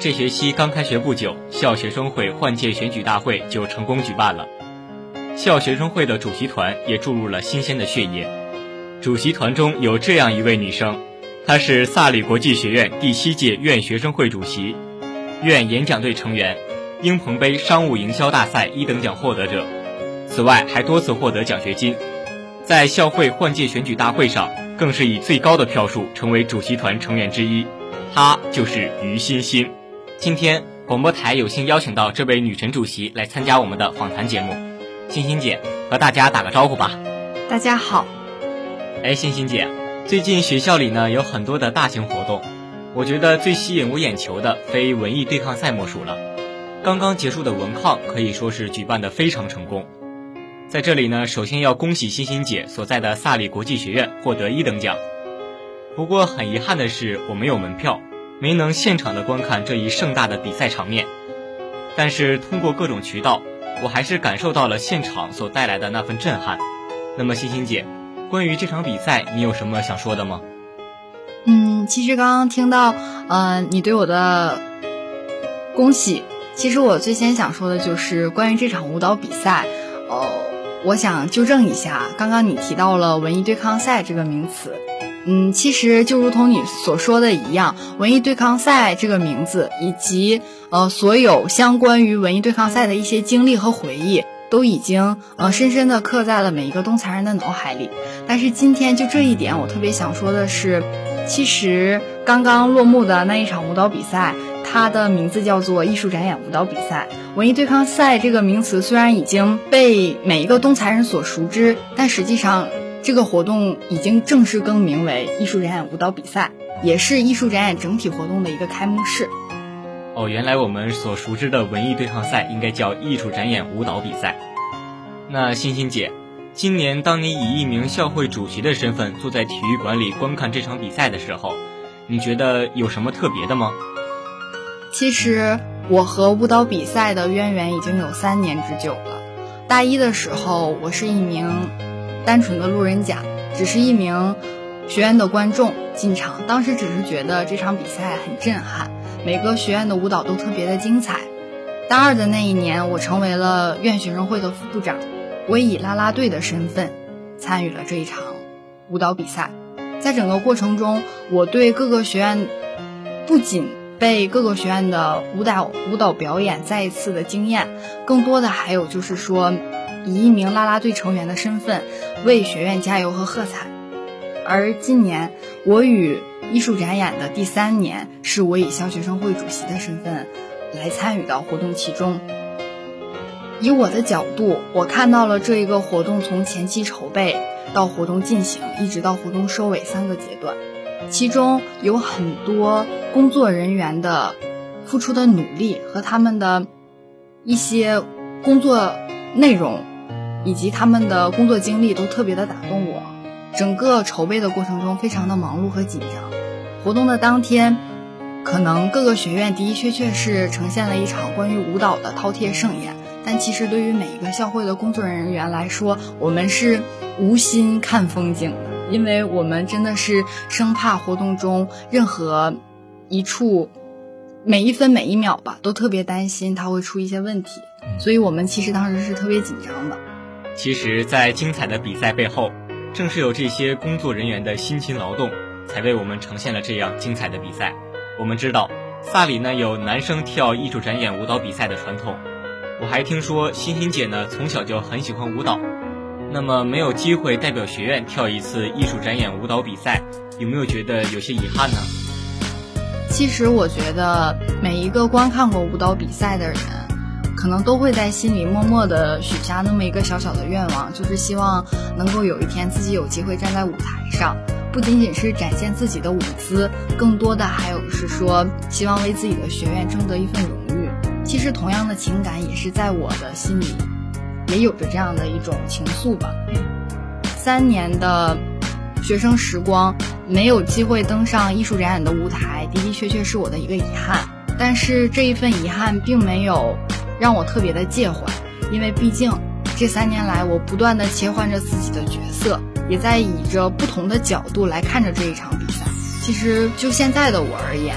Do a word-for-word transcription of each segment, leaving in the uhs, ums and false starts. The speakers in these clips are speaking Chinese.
这学期刚开学不久，校学生会换届选举大会就成功举办了。校学生会的主席团也注入了新鲜的血液。主席团中有这样一位女生，她是萨里国际学院第七届院学生会主席，院演讲队成员，英鹏杯商务营销大赛一等奖获得者，此外还多次获得奖学金。在校会换届选举大会上，更是以最高的票数成为主席团成员之一，她就是于欣欣。今天广播台有幸邀请到这位女神主席来参加我们的访谈节目。欣欣姐，和大家打个招呼吧。 大家好。 哎，欣欣姐，最近学校里呢有很多的大型活动，我觉得最吸引我眼球的非文艺对抗赛莫属了。刚刚结束的文抗可以说是举办得非常成功。在这里呢，首先要恭喜欣欣姐所在的萨里国际学院获得一等奖。不过很遗憾的是，我没有门票，没能现场的观看这一盛大的比赛场面。但是通过各种渠道，我还是感受到了现场所带来的那份震撼。那么欣欣姐，关于这场比赛你有什么想说的吗？ 嗯，其实刚刚听到呃你对我的恭喜，其实我最先想说的就是关于这场舞蹈比赛，呃我想纠正一下，刚刚你提到了文艺对抗赛这个名词。嗯，其实就如同你所说的一样，文艺对抗赛这个名字以及呃所有相关于文艺对抗赛的一些经历和回忆，都已经呃深深地刻在了每一个东财人的脑海里。但是今天就这一点，我特别想说的是，其实刚刚落幕的那一场舞蹈比赛，它的名字叫做艺术展演舞蹈比赛。文艺对抗赛这个名词虽然已经被每一个东财人所熟知，但实际上这个活动已经正式更名为艺术展演舞蹈比赛，也是艺术展演整体活动的一个开幕式。 哦，原来我们所熟知的文艺对抗赛应该叫艺术展演舞蹈比赛。那欣欣姐，今年当你以一名校会主席的身份坐在体育馆里观看这场比赛的时候，你觉得有什么特别的吗？ 其实我和舞蹈比赛的渊源已经有三年之久了。大一的时候，我是一名单纯的路人甲，只是一名学院的观众进场，当时只是觉得这场比赛很震撼，每个学院的舞蹈都特别的精彩。大二的那一年，我成为了院学生会的副部长，我以啦啦队的身份参与了这一场舞蹈比赛。在整个过程中，我对各个学院不仅被各个学院的舞蹈舞蹈表演再一次的惊艳，更多的还有就是说以一名啦啦队成员的身份为学院加油和喝彩。而今年我与艺术展演的第三年，是我以校学生会主席的身份来参与到活动其中。以我的角度，我看到了这一个活动从前期筹备到活动进行一直到活动收尾三个阶段，其中有很多工作人员的付出的努力和他们的一些工作内容以及他们的工作经历都特别的打动我。整个筹备的过程中非常的忙碌和紧张，活动的当天可能各个学院的的确确是呈现了一场关于舞蹈的饕餮盛宴，但其实对于每一个校会的工作人员来说，我们是无心看风景的，因为我们真的是生怕活动中任何一处每一分每一秒吧，都特别担心它会出一些问题，所以我们其实当时是特别紧张的。 其实在精彩的比赛背后，正是有这些工作人员的辛勤劳动，才为我们呈现了这样精彩的比赛。我们知道萨里呢有男生跳艺术展演舞蹈比赛的传统，我还听说欣欣姐呢从小就很喜欢舞蹈，那么没有机会代表学院跳一次艺术展演舞蹈比赛，有没有觉得有些遗憾呢？ 其实我觉得每一个观看过舞蹈比赛的人，可能都会在心里默默地许下那么一个小小的愿望，就是希望能够有一天自己有机会站在舞台上，不仅仅是展现自己的舞姿，更多的还有是说希望为自己的学院争得一份荣誉。其实同样的情感也是在我的心里也有着这样的一种情愫吧。三年的学生时光没有机会登上艺术展演的舞台，的的确确是我的一个遗憾，但是这一份遗憾并没有让我特别的介怀，因为毕竟这三年来我不断的切换着自己的角色，也在以着不同的角度来看着这一场比赛。其实就现在的我而言，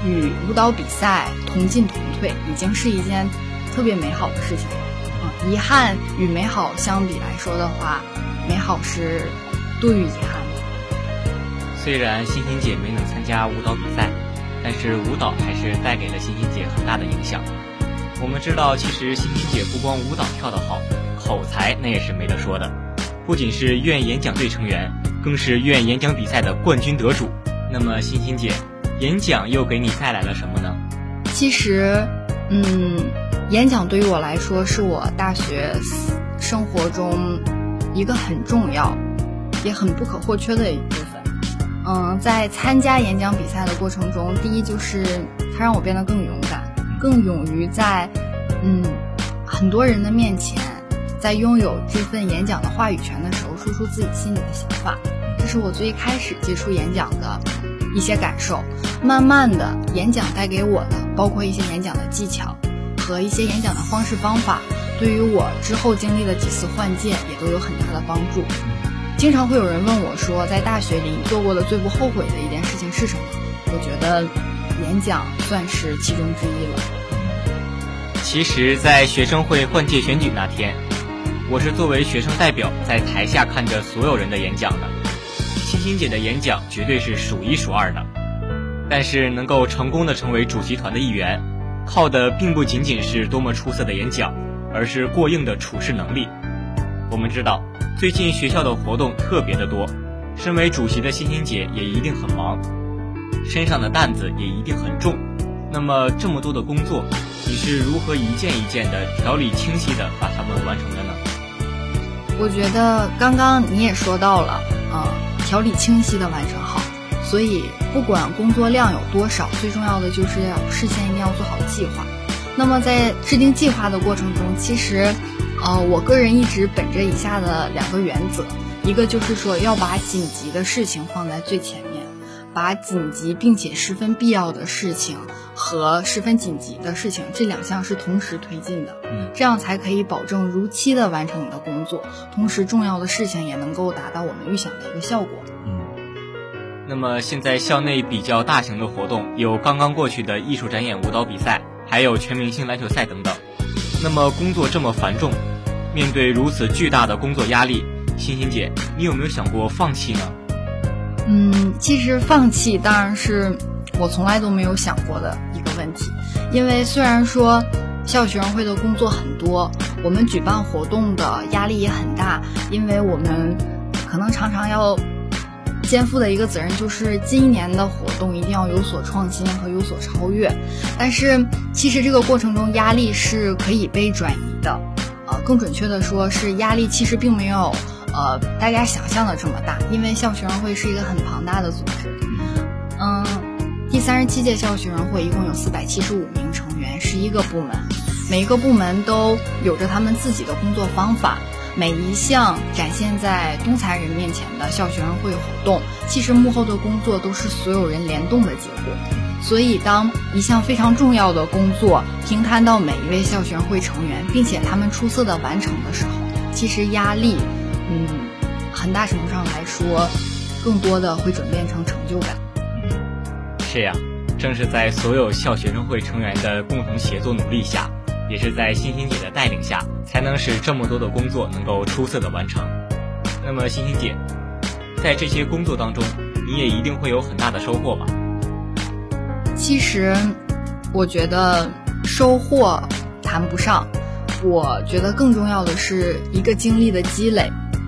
与舞蹈比赛同进同退，已经是一件特别美好的事情了。嗯，遗憾与美好相比来说的话，美好是多于遗憾的。 虽然欣欣姐没能参加舞蹈比赛，但是舞蹈还是带给了欣欣姐很大的影响。我们知道，其实欣欣姐不光舞蹈跳得好，口才那也是没得说的。不仅是院演讲队成员，更是院演讲比赛的冠军得主。那么欣欣姐，演讲又给你带来了什么呢？ 其实，嗯，演讲对于我来说是我大学生活中一个很重要也很不可或缺的一部分。嗯，在参加演讲比赛的过程中，第一就是它让我变得更勇敢，更勇于在嗯很多人的面前，在拥有这份演讲的话语权的时候，说出自己心里的想法。这是我最开始接触演讲的一些感受。慢慢的，演讲带给我的，包括一些演讲的技巧和一些演讲的方式方法，对于我之后经历的几次换届也都有很大的帮助。经常会有人问我说，在大学里你做过的最不后悔的一件事情是什么？我觉得演讲算是其中之一了。 其实在学生会换届选举那天，我是作为学生代表在台下看着所有人的演讲的。欣欣姐的演讲绝对是数一数二的，但是能够成功的成为主席团的一员，靠的并不仅仅是多么出色的演讲，而是过硬的处事能力。我们知道最近学校的活动特别的多，身为主席的欣欣姐也一定很忙，身上的担子也一定很重。那么这么多的工作，你是如何一件一件的条理清晰的把它们完成的呢？ 我觉得刚刚你也说到了，呃，条理清晰的完成好。所以不管工作量有多少，最重要的就是要事先一定要做好计划。那么在制定计划的过程中，其实呃，我个人一直本着以下的两个原则，一个就是说要把紧急的事情放在最前面，把紧急并且十分必要的事情和十分紧急的事情这两项是同时推进的， 嗯， 这样才可以保证如期的完成你的工作，同时重要的事情也能够达到我们预想的一个效果。 嗯，那么现在校内比较大型的活动有刚刚过去的艺术展演舞蹈比赛，还有全明星篮球赛等等。那么工作这么繁重，面对如此巨大的工作压力，欣欣姐，你有没有想过放弃呢？ 嗯，其实放弃当然是我从来都没有想过的一个问题，因为虽然说校学生会的工作很多，我们举办活动的压力也很大，因为我们可能常常要肩负的一个责任就是今年的活动一定要有所创新和有所超越，但是其实这个过程中压力是可以被转移的，呃，更准确的说是压力其实并没有呃大家想象的这么大，因为校学生会是一个很庞大的组织。嗯，第三十七届校学生会一共有四百七十五名成员，十一个部门，每一个部门都有着他们自己的工作方法。每一项展现在东财人面前的校学生会活动，其实幕后的工作都是所有人联动的结果。所以当一项非常重要的工作平摊到每一位校学生会成员，并且他们出色的完成的时候，其实压力嗯，很大程度上来说更多的会转变成成就感。 是呀，正是在所有校学生会成员的共同协作努力下，也是在欣欣姐的带领下，才能使这么多的工作能够出色的完成。那么欣欣姐，在这些工作当中，你也一定会有很大的收获吧？ 其实我觉得收获谈不上，我觉得更重要的是一个经历的积累。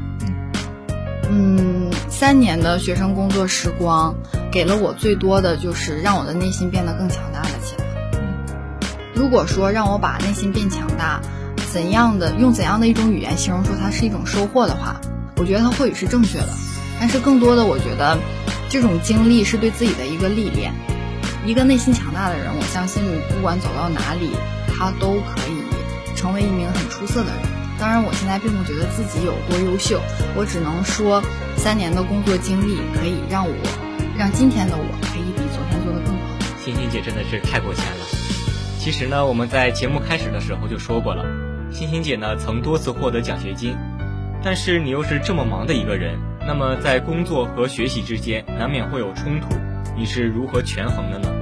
嗯，三年的学生工作时光给了我最多的就是让我的内心变得更强大了起来。如果说让我把内心变强大，怎样的用怎样的一种语言形容说它是一种收获的话，我觉得它或许是正确的，但是更多的我觉得这种经历是对自己的一个历练。一个内心强大的人，我相信不管走到哪里，他都可以成为一名很出色的人。当然我现在并不觉得自己有多优秀，我只能说三年的工作经历可以让我让今天的我可以比昨天做得更好。 欣欣姐真的是太过谦了。其实呢，我们在节目开始的时候就说过了，欣欣姐呢曾多次获得奖学金，但是你又是这么忙的一个人，那么在工作和学习之间难免会有冲突，你是如何权衡的呢？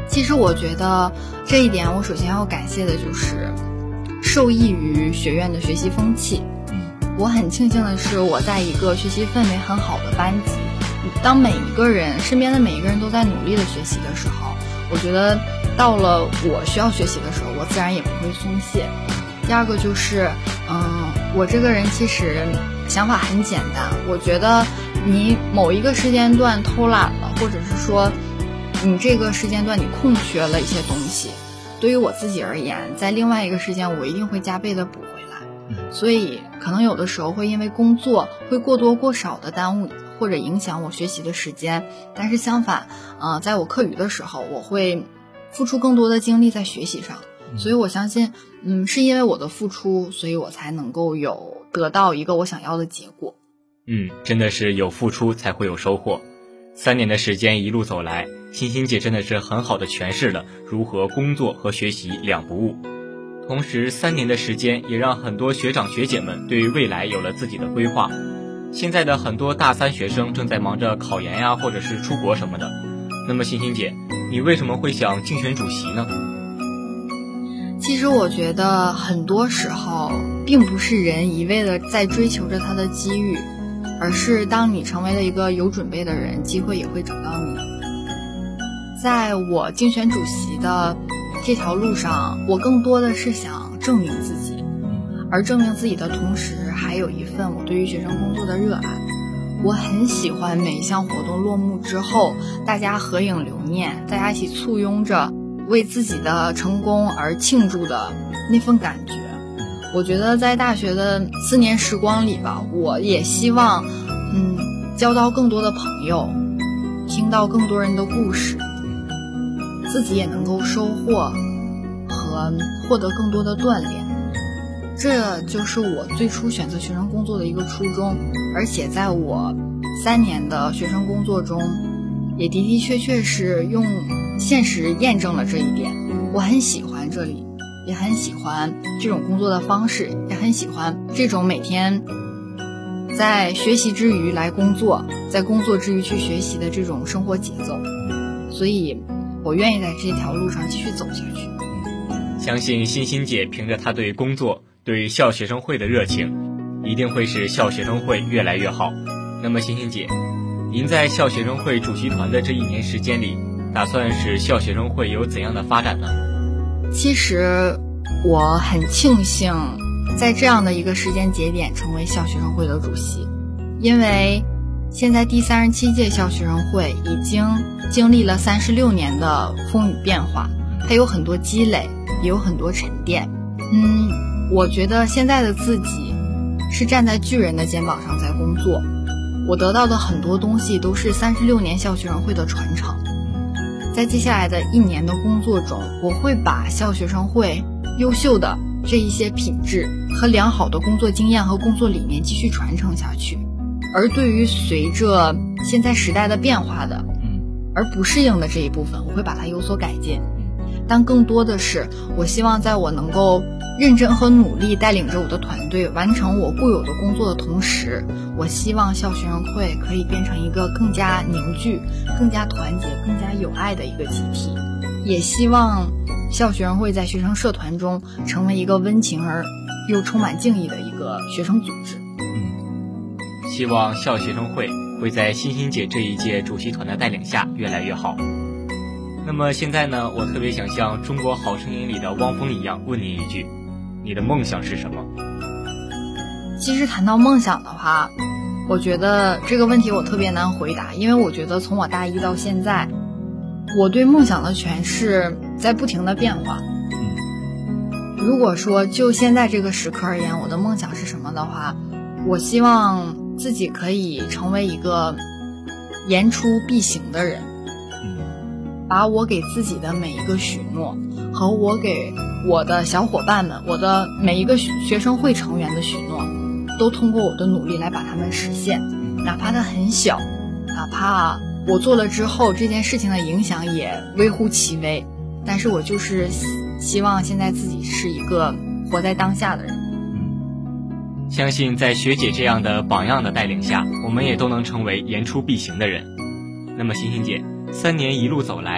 其实我觉得这一点，我首先要感谢的就是受益于学院的学习风气。我很庆幸的是，我在一个学习氛围很好的班级，当每一个人身边的每一个人都在努力的学习的时候，我觉得到了我需要学习的时候，我自然也不会松懈。第二个就是，嗯，我这个人其实想法很简单，我觉得你某一个时间段偷懒了，或者是说你这个时间段你空缺了一些东西，对于我自己而言，在另外一个时间我一定会加倍的补回来。所以可能有的时候会因为工作会过多过少的耽误或者影响我学习的时间，但是相反，呃，在我课余的时候，我会付出更多的精力在学习上。所以我相信，嗯，是因为我的付出，所以我才能够有得到一个我想要的结果。 嗯，真的是有付出才会有收获。三年的时间一路走来，欣欣姐真的是很好的诠释了如何工作和学习两不误。同时，三年的时间也让很多学长学姐们对于未来有了自己的规划。现在的很多大三学生正在忙着考研呀，或者是出国什么的。那么欣欣姐，你为什么会想竞选主席呢？ 其实我觉得很多时候并不是人一味的在追求着他的机遇，而是当你成为了一个有准备的人，机会也会找到你。在我竞选主席的这条路上，我更多的是想证明自己，而证明自己的同时，还有一份我对于学生工作的热爱。我很喜欢每一项活动落幕之后，大家合影留念，大家一起簇拥着为自己的成功而庆祝的那份感觉。我觉得在大学的四年时光里吧，我也希望嗯，交到更多的朋友，听到更多人的故事，自己也能够收获和获得更多的锻炼。这就是我最初选择学生工作的一个初衷，而且在我三年的学生工作中，也的的确确是用现实验证了这一点。我很喜欢这里，也很喜欢这种工作的方式，也很喜欢这种每天在学习之余来工作，在工作之余去学习的这种生活节奏。所以我愿意在这条路上继续走下去。 相信欣欣姐凭着她对工作对校学生会的热情，一定会使校学生会越来越好。那么欣欣姐，您在校学生会主席团的这一年时间里，打算使校学生会有怎样的发展呢？ 其实我很庆幸在这样的一个时间节点成为校学生会的主席，因为现在第三十七届校学生会已经经历了三十六年的风雨变化，它有很多积累，也有很多沉淀。嗯，我觉得现在的自己是站在巨人的肩膀上在工作，我得到的很多东西都是三十六年校学生会的传承。在接下来的一年的工作中，我会把校学生会优秀的这一些品质和良好的工作经验和工作理念继续传承下去。而对于随着现在时代的变化的而不适应的这一部分，我会把它有所改进。但更多的是，我希望在我能够认真和努力带领着我的团队完成我固有的工作的同时，我希望校学生会可以变成一个更加凝聚、更加团结、更加有爱的一个集体。也希望校学生会在学生社团中成为一个温情而又充满敬意的一个学生组织。 嗯，希望校学生会会在欣欣姐这一届主席团的带领下越来越好。那么现在呢，我特别想像中国好声音里的汪峰一样问你一句，你的梦想是什么？ 其实谈到梦想的话，我觉得这个问题我特别难回答，因为我觉得从我大一到现在，我对梦想的诠释在不停的变化。如果说就现在这个时刻而言，我的梦想是什么的话，我希望自己可以成为一个言出必行的人，把我给自己的每一个许诺和我给我的小伙伴们，我的每一个学生会成员的许诺，都通过我的努力来把它们实现。哪怕它很小，哪怕我做了之后这件事情的影响也微乎其微，但是我就是希望现在自己是一个活在当下的人。 相信在学姐这样的榜样的带领下，我们也都能成为言出必行的人。那么欣欣姐，三年一路走来，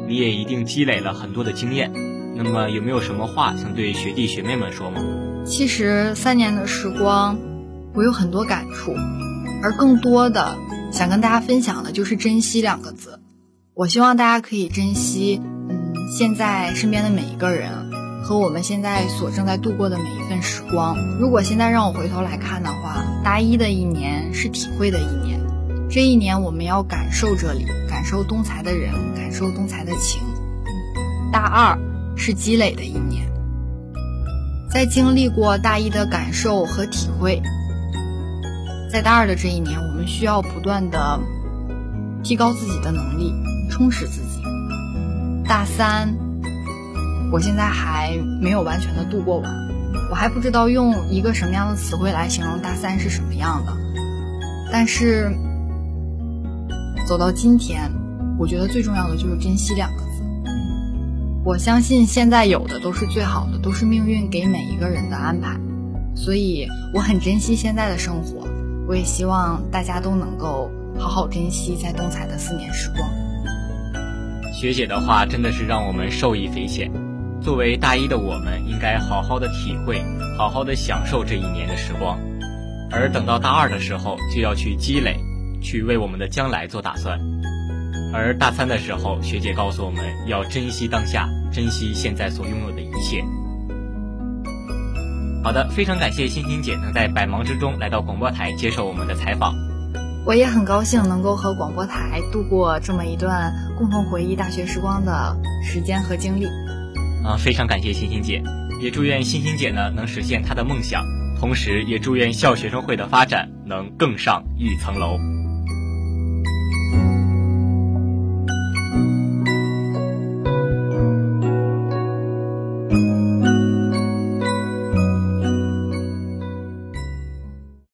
你也一定积累了很多的经验。那么有没有什么话想对学弟学妹们说吗？ 其实三年的时光，我有很多感触，而更多的想跟大家分享的就是珍惜两个字。我希望大家可以珍惜嗯，现在身边的每一个人和我们现在所正在度过的每一份时光。如果现在让我回头来看的话，大一的一年是体会的一年，这一年我们要感受这里，感受东财的人，感受东财的情。大二是积累的一年，在经历过大一的感受和体会，在大二的这一年，我们需要不断的提高自己的能力，充实自己。大三我现在还没有完全的度过完，我还不知道用一个什么样的词汇来形容大三是什么样的，但是走到今天，我觉得最重要的就是珍惜两个字。我相信现在有的都是最好的，都是命运给每一个人的安排，所以我很珍惜现在的生活，我也希望大家都能够好好珍惜在东财的四年时光。 学姐的话真的是让我们受益匪浅。作为大一的我们，应该好好的体会，好好的享受这一年的时光，而等到大二的时候，就要去积累，去为我们的将来做打算。而大三的时候，学姐告诉我们要珍惜当下，珍惜现在所拥有的一切。好的，非常感谢欣欣姐能在百忙之中来到广播台接受我们的采访。 我也很高兴能够和广播台度过这么一段共同回忆大学时光的时间和经历。 啊，非常感谢欣欣姐，也祝愿欣欣姐呢能实现她的梦想，同时也祝愿校学生会的发展能更上一层楼。